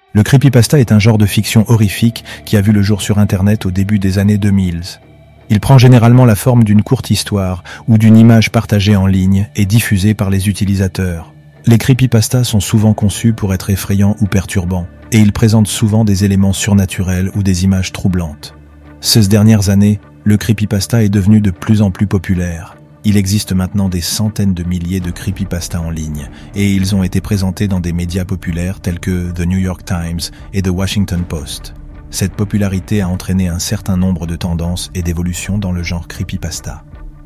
Le creepypasta est un genre de fiction horrifique qui a vu le jour sur Internet au début des années 2000. Il prend généralement la forme d'une courte histoire ou d'une image partagée en ligne et diffusée par les utilisateurs. Les creepypastas sont souvent conçus pour être effrayants ou perturbants, et ils présentent souvent des éléments surnaturels ou des images troublantes. Ces dernières années, le creepypasta est devenu de plus en plus populaire. Il existe maintenant des centaines de milliers de creepypastas en ligne, et ils ont été présentés dans des médias populaires tels que The New York Times et The Washington Post. Cette popularité a entraîné un certain nombre de tendances et d'évolutions dans le genre creepypasta.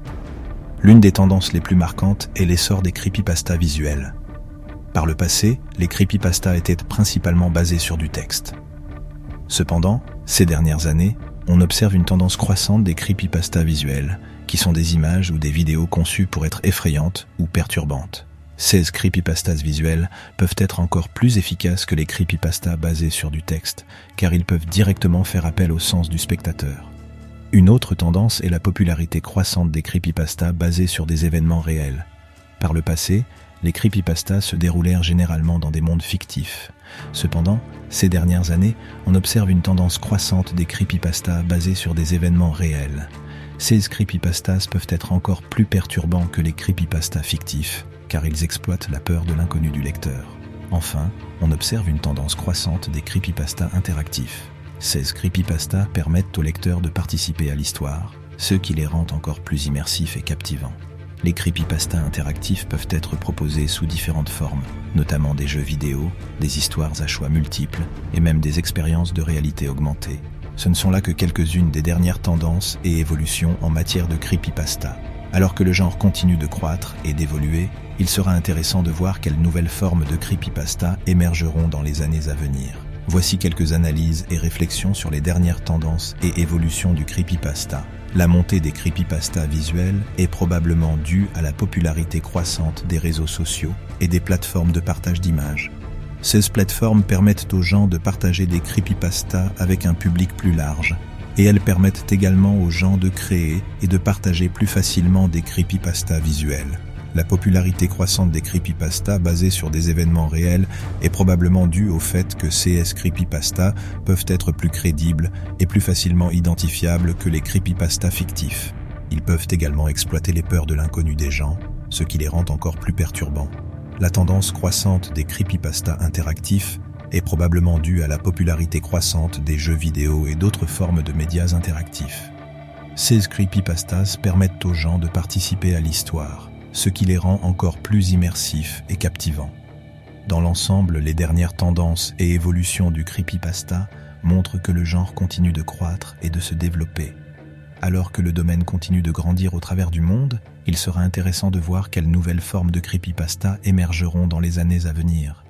L'une des tendances les plus marquantes est l'essor des creepypastas visuels. Par le passé, les creepypastas étaient principalement basés sur du texte. Cependant, ces dernières années, on observe une tendance croissante des creepypastas visuels, qui sont des images ou des vidéos conçues pour être effrayantes ou perturbantes. Ces creepypastas visuels peuvent être encore plus efficaces que les creepypastas basés sur du texte, car ils peuvent directement faire appel au sens du spectateur. Une autre tendance est la popularité croissante des creepypastas basés sur des événements réels. Par le passé, les creepypastas se déroulèrent généralement dans des mondes fictifs. Cependant, ces dernières années, on observe une tendance croissante des creepypastas basés sur des événements réels. Ces creepypastas peuvent être encore plus perturbants que les creepypastas fictifs, car ils exploitent la peur de l'inconnu du lecteur. Enfin, on observe une tendance croissante des creepypastas interactifs. Ces creepypastas permettent aux lecteurs de participer à l'histoire, ce qui les rend encore plus immersifs et captivants. Les creepypastas interactifs peuvent être proposés sous différentes formes, notamment des jeux vidéo, des histoires à choix multiples et même des expériences de réalité augmentée. Ce ne sont là que quelques-unes des dernières tendances et évolutions en matière de creepypasta. Alors que le genre continue de croître et d'évoluer, il sera intéressant de voir quelles nouvelles formes de creepypasta émergeront dans les années à venir. Voici quelques analyses et réflexions sur les dernières tendances et évolutions du creepypasta. La montée des creepypastas visuels est probablement due à la popularité croissante des réseaux sociaux et des plateformes de partage d'images. Ces plateformes permettent aux gens de partager des creepypastas avec un public plus large, et elles permettent également aux gens de créer et de partager plus facilement des creepypastas visuels. La popularité croissante des creepypastas basés sur des événements réels est probablement due au fait que ces creepypastas peuvent être plus crédibles et plus facilement identifiables que les creepypastas fictifs. Ils peuvent également exploiter les peurs de l'inconnu des gens, ce qui les rend encore plus perturbants. La tendance croissante des creepypastas interactifs est probablement due à la popularité croissante des jeux vidéo et d'autres formes de médias interactifs. Ces creepypastas permettent aux gens de participer à l'histoire, ce qui les rend encore plus immersifs et captivants. Dans l'ensemble, les dernières tendances et évolutions du creepypasta montrent que le genre continue de croître et de se développer. Alors que le domaine continue de grandir au travers du monde, il sera intéressant de voir quelles nouvelles formes de creepypasta émergeront dans les années à venir.